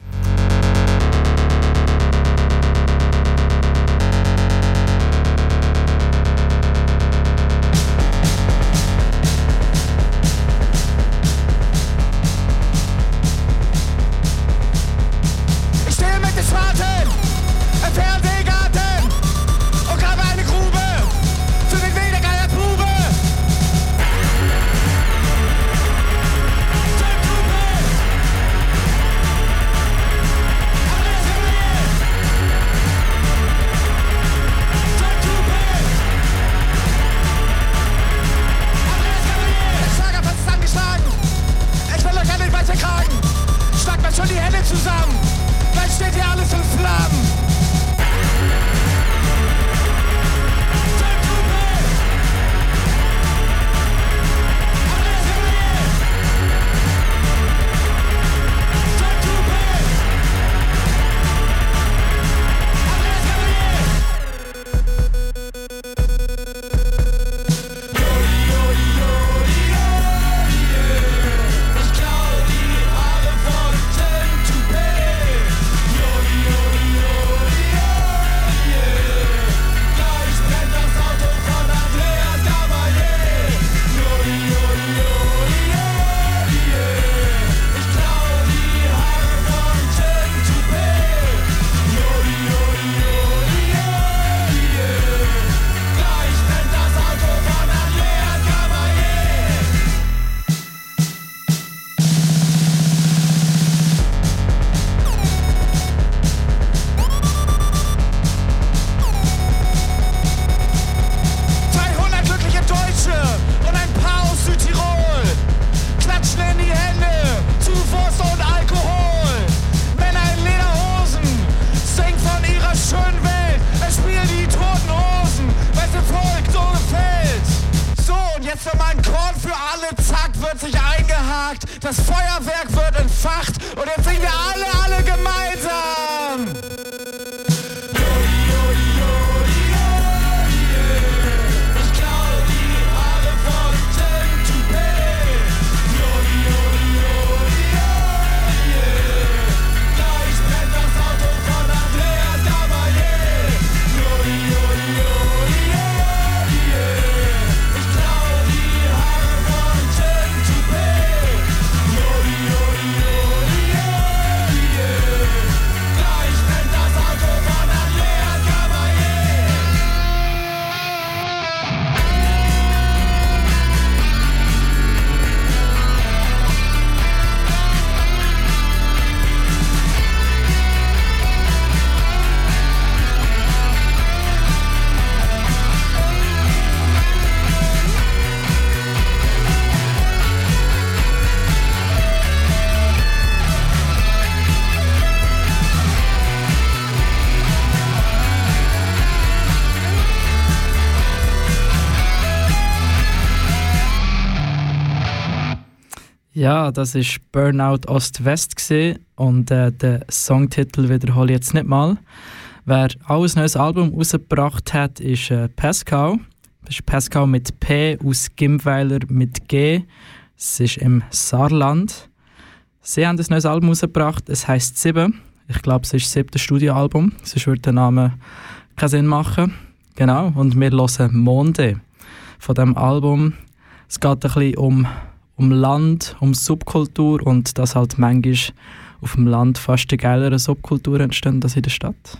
Speaker 5: Ja, das war Burnout Ost-West und äh, den Songtitel wiederhole ich jetzt nicht mal. Wer auch ein neues Album rausgebracht hat, ist äh, Pascal. Das ist Pascal mit P aus Gimbweiler mit G. Es ist im Saarland. Sie haben ein neues Album rausgebracht, es heisst «Sieben». Ich glaube, es ist das siebte Studioalbum, sonst würde der Name keinen Sinn machen. Genau, und wir hören «Monde» von diesem Album. Es geht ein bisschen um um Land, um Subkultur und dass halt manchmal auf dem Land fast die geilere Subkultur entstehen als in der Stadt.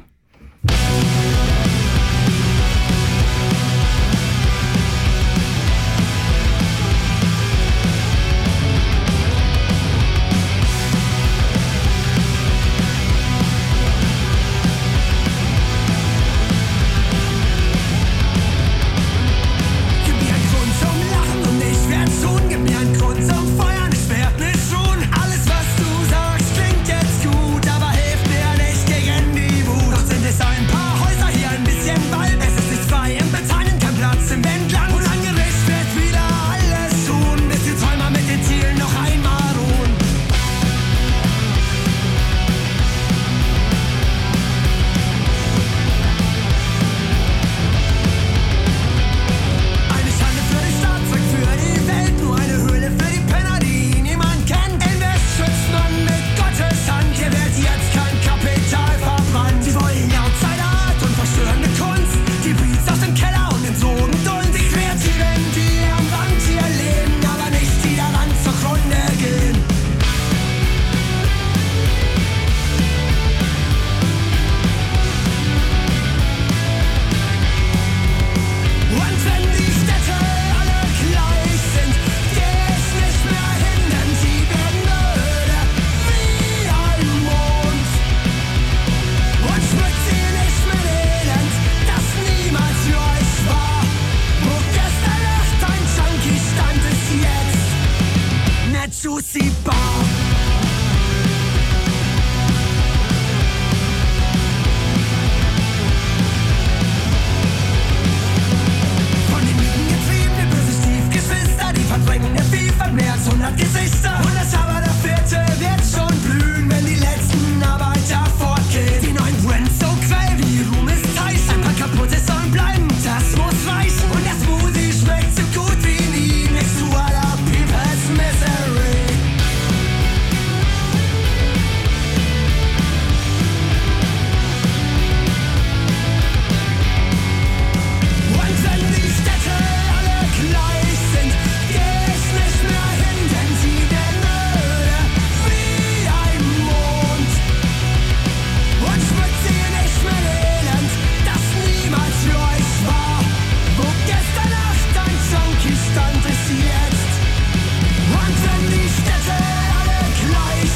Speaker 9: Alles was du sagst klingt jetzt gut, aber hilft mir nicht gegen die Wut. Doch sind es ein paar Häuser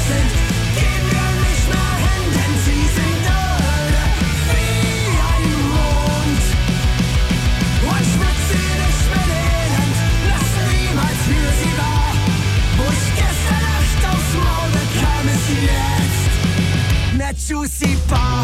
Speaker 9: sind, geben wir nicht mehr hin, denn sie sind öde wie ein Mond. Und schmutze dich mit Elend, lass niemals für sie wahr. Wo ich gestern Nacht aufs Maul bekam, ist jetzt ne Juicy Bar.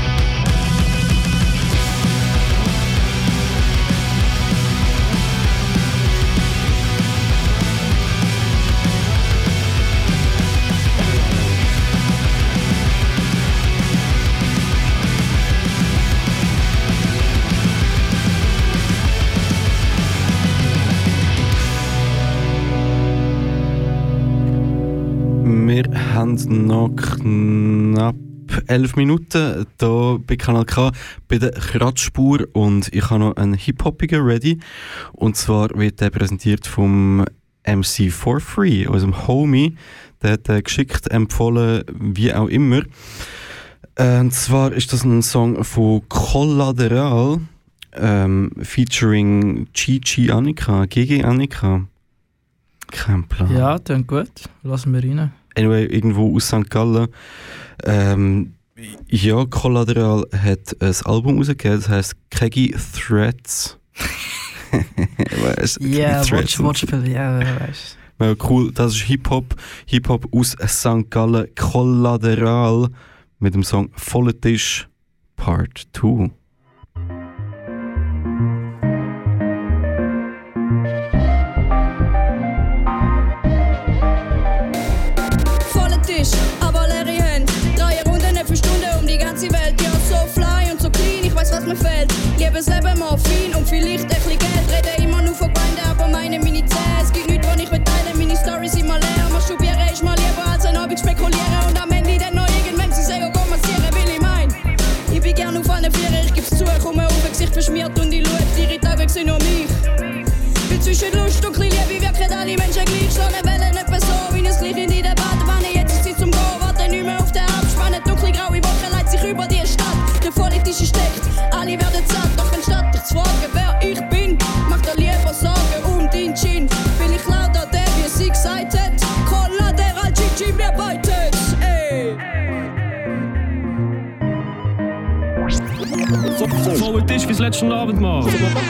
Speaker 4: Wir haben noch knapp elf Minuten hier bei Kanal K bei der Kratzspur und ich habe noch einen Hip-Hoppiger ready. Und zwar wird der präsentiert vom M C For Free, unserem Homie. Der hat äh, geschickt empfohlen, wie auch immer. Äh, und zwar ist das ein Song von Collateral ähm, featuring Gigi Annika, G G Annika. Kein Plan.
Speaker 5: Ja, klingt gut. Lassen wir rein.
Speaker 4: Anyway, irgendwo aus Sankt Gallen. Ähm, ja, Collateral hat ein Album rausgegeben, das heisst Keggy Threads.
Speaker 5: Ja, Wortspiel, ja, weißt
Speaker 4: du. Ja, cool, das ist Hip-Hop. Hip-Hop aus Sankt Gallen. Collateral mit dem Song Voller Tisch Part zwei.
Speaker 1: Aber leere Hände, drei Runden für Stunden um die ganze Welt. Ja, so fly und so clean, ich weiß, was mir fehlt. Liebesleben, Morphin und vielleicht ein bisschen Geld. Rede immer nur von Gemeinden, aber meine Mini-Zähne. Es gibt nichts, was ich mitteilen, meine Storys sind mal leer. Masturbieren ist mal lieber als ein Abend spekulieren. Und am Ende dann noch irgendwann sie sagen, komm, massieren, will ich mein. Ich bin gern auf allen Vieren, ich geb's zu. Komme auf, ein Gesicht verschmiert und ich schau, ihre Tage sind nur mich. Bin zwischen Lust und Liebe, wirken alle Menschen gleich. Schlagen Wellen etwa so, wie es gleich in die Debattenwanne. Jetzt ist Zeit zum Gehen, warte nicht mehr auf den Abspann. Dunkle, graue Woche leitet sich über die Stadt. Der Politische steckt, alle werden satt. Doch anstatt dich zu fragen, wer ich bin, macht er lieber Sorgen um deinen Gin. Will ich lauter der, wie sie gesagt hat. Collateral, Gigi, mir beitet. Ey.
Speaker 20: Voller Tisch wie's letzten Abend mal.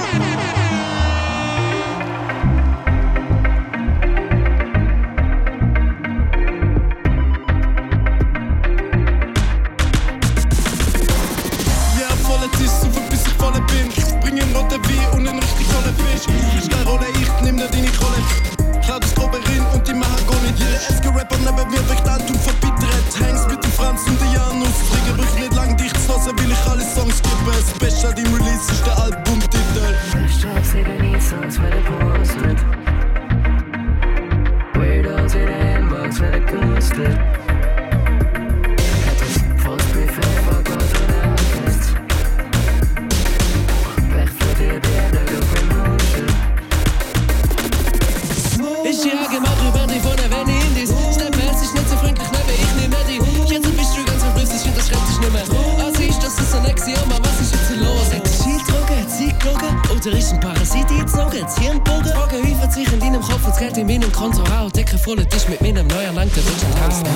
Speaker 3: Oder ist ein Parasit eingezogen, das Hirnbogen? Fragen häufen sich in deinem Kopf und es geht in meinem Konto auch. Decke voller Tisch mit meinem neuen Lang, der wird schon Haus.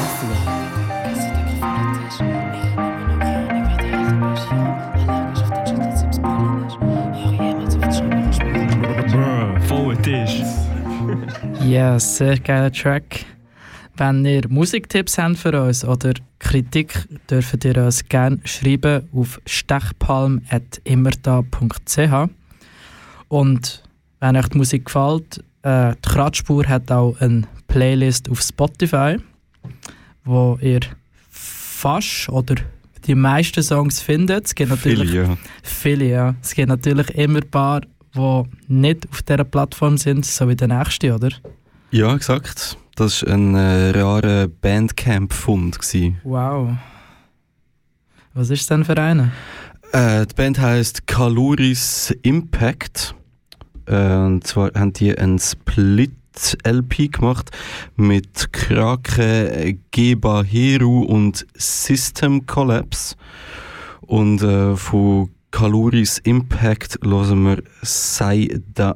Speaker 20: Voller Tisch.
Speaker 5: Ja, sehr geiler Track. Wenn ihr Musiktipps habt für uns oder Kritik, dürft ihr uns gerne schreiben auf stechpalm at immerda punkt c h. Und wenn euch die Musik gefällt, äh, die Kratzspur hat auch eine Playlist auf Spotify, wo ihr fast oder die meisten Songs findet. Es gibt natürlich
Speaker 4: viele, ja.
Speaker 5: viele, ja. Es gibt natürlich immer ein paar, die nicht auf dieser Plattform sind, so wie der nächste, oder?
Speaker 4: Ja, exakt. Das war ein äh, rarer Bandcamp-Fund.
Speaker 5: Wow. Was ist denn für eine?
Speaker 4: Äh, die Band heisst Caloris Impact. Äh, und zwar haben die einen Split-L P gemacht mit Krake, Geba Heru und System Collapse. Und äh, von Caloris Impact hören wir Sei da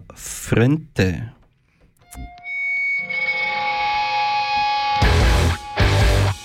Speaker 4: Frente.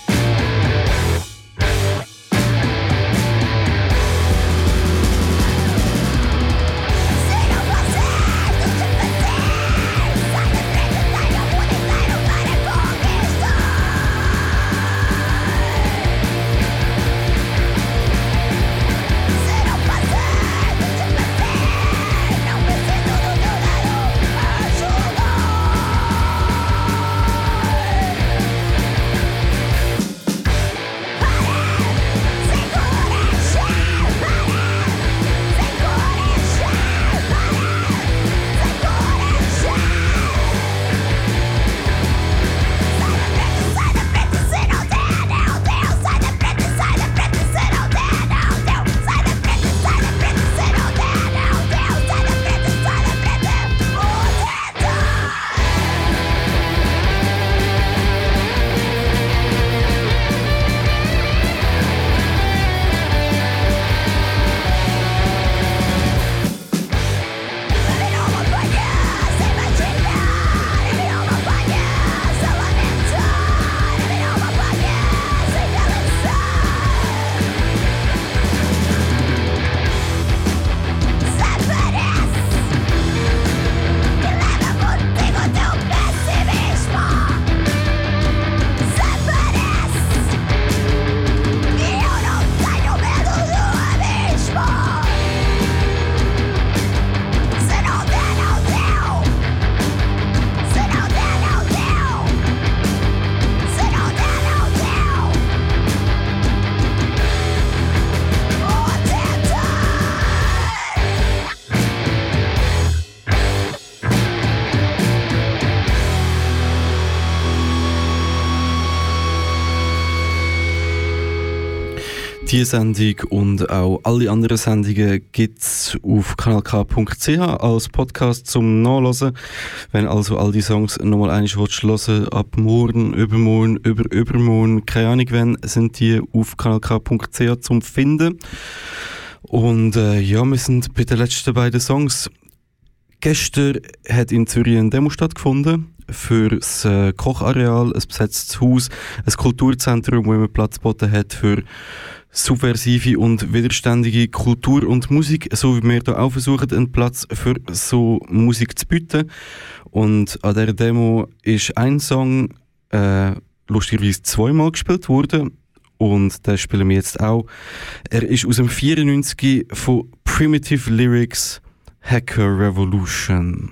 Speaker 4: Diese Sendung und auch alle anderen Sendungen gibt es auf kanal k punkt c h als Podcast zum Nachhören. Wenn also all die Songs nochmal einmal hören, ab morgen, übermorgen, über übermorgen, keine Ahnung wann, sind die auf kanal k punkt c h zum Finden. Und äh, ja, wir sind bei den letzten beiden Songs. Gestern hat in Zürich eine Demo stattgefunden für das äh, Kochareal, ein besetztes Haus, ein Kulturzentrum, wo man Platz geboten hat für subversive und widerständige Kultur und Musik, so wie wir hier auch versuchen, einen Platz für so Musik zu bieten. Und an dieser Demo ist ein Song äh, lustigerweise zweimal gespielt worden und den spielen wir jetzt auch. Er ist aus dem vierundneunzig von Primitive Lyrics, Hacker Revolution.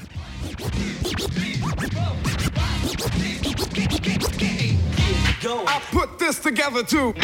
Speaker 9: I put this together too.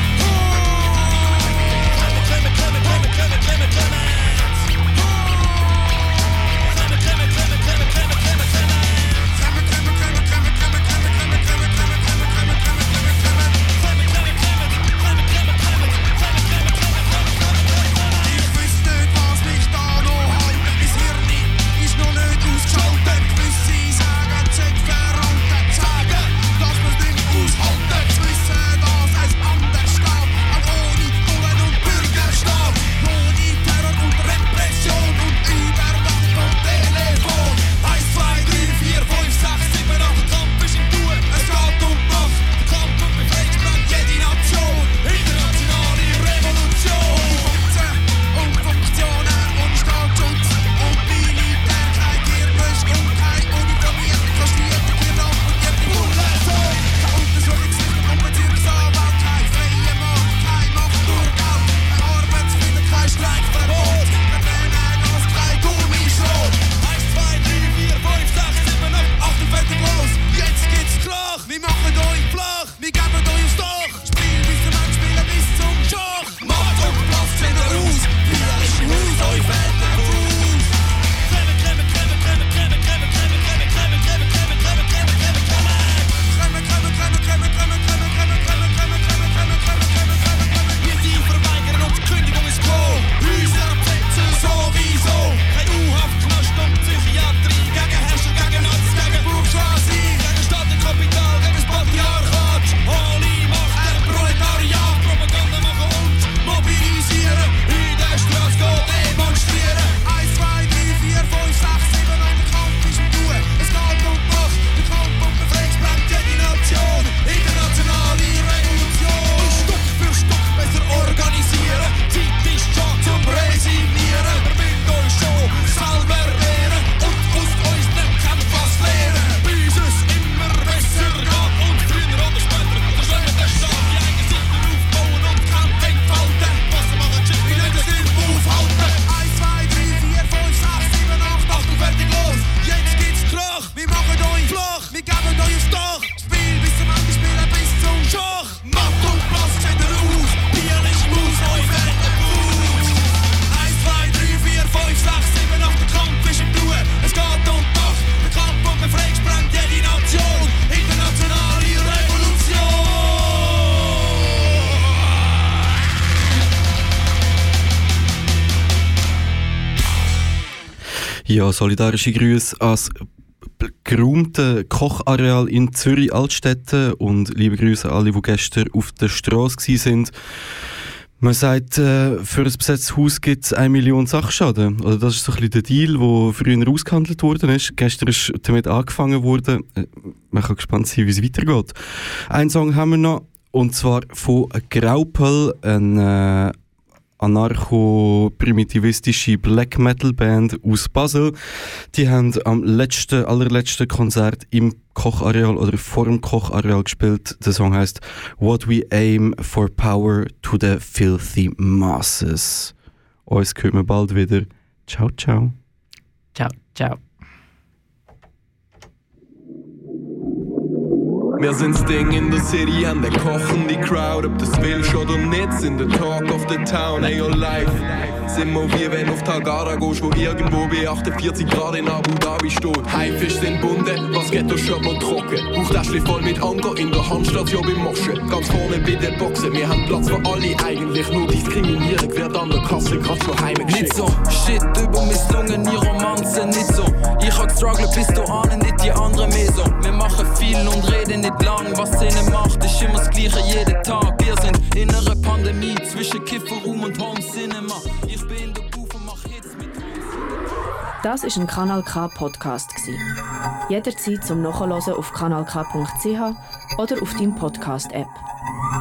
Speaker 4: Ja, solidarische Grüße ans geräumte Kochareal in Zürich Altstädte und liebe Grüße an alle, die gestern auf der Straße waren. Man sagt, äh, für ein besetztes Haus gibt es eine Million Sachschaden. Oder das ist so ein bisschen der Deal, der früher ausgehandelt worden ist. Gestern ist damit angefangen worden. Äh, man kann gespannt sein, wie es weitergeht. Einen Song haben wir noch, und zwar von Graupel, ein äh, anarcho-primitivistische Black Metal Band aus Basel. Die haben am letzten, allerletzten Konzert im Kochareal oder vor dem Kochareal gespielt. Der Song heißt What We Aim for Power to the Filthy Masses. Uns hören wir bald wieder. Ciao, ciao.
Speaker 5: Ciao, ciao.
Speaker 12: Wir sind's Ding in der City, an der kochen die Crowd. Ob das willst oder nicht, sind der Talk of the Town. Ey, your life. Sind wir wie wenn auf Tagada gehst, wo irgendwo bei achtundvierzig Grad in Abu Dhabi steht. Haifisch sind bunte, was geht durch Schöpfer trocken. Bauchtäschchen voll mit Anker in der Handstation beim Moschen. Ganz vorne bei den Boxen, wir haben Platz für alle. Eigentlich nur Diskriminierung wird an der Kasse grad schon heimgeschickt.
Speaker 2: Nicht so, shit über Misslungen, nie Romanze, nicht so. Ich hab gestruggelt bis du ahnen, nicht die anderen mehr so. Wir machen viel und reden nicht lang, was Szene macht, ist immer das Gleiche jeden Tag. Wir sind in einer Pandemie zwischen Kifferraum und Home Cinema. Ich bin in der Booth und mach Hits mit.
Speaker 7: Das war ein Kanal K Podcast. Jederzeit zum Nachhören auf kanal k punkt c h oder auf deinem Podcast-App.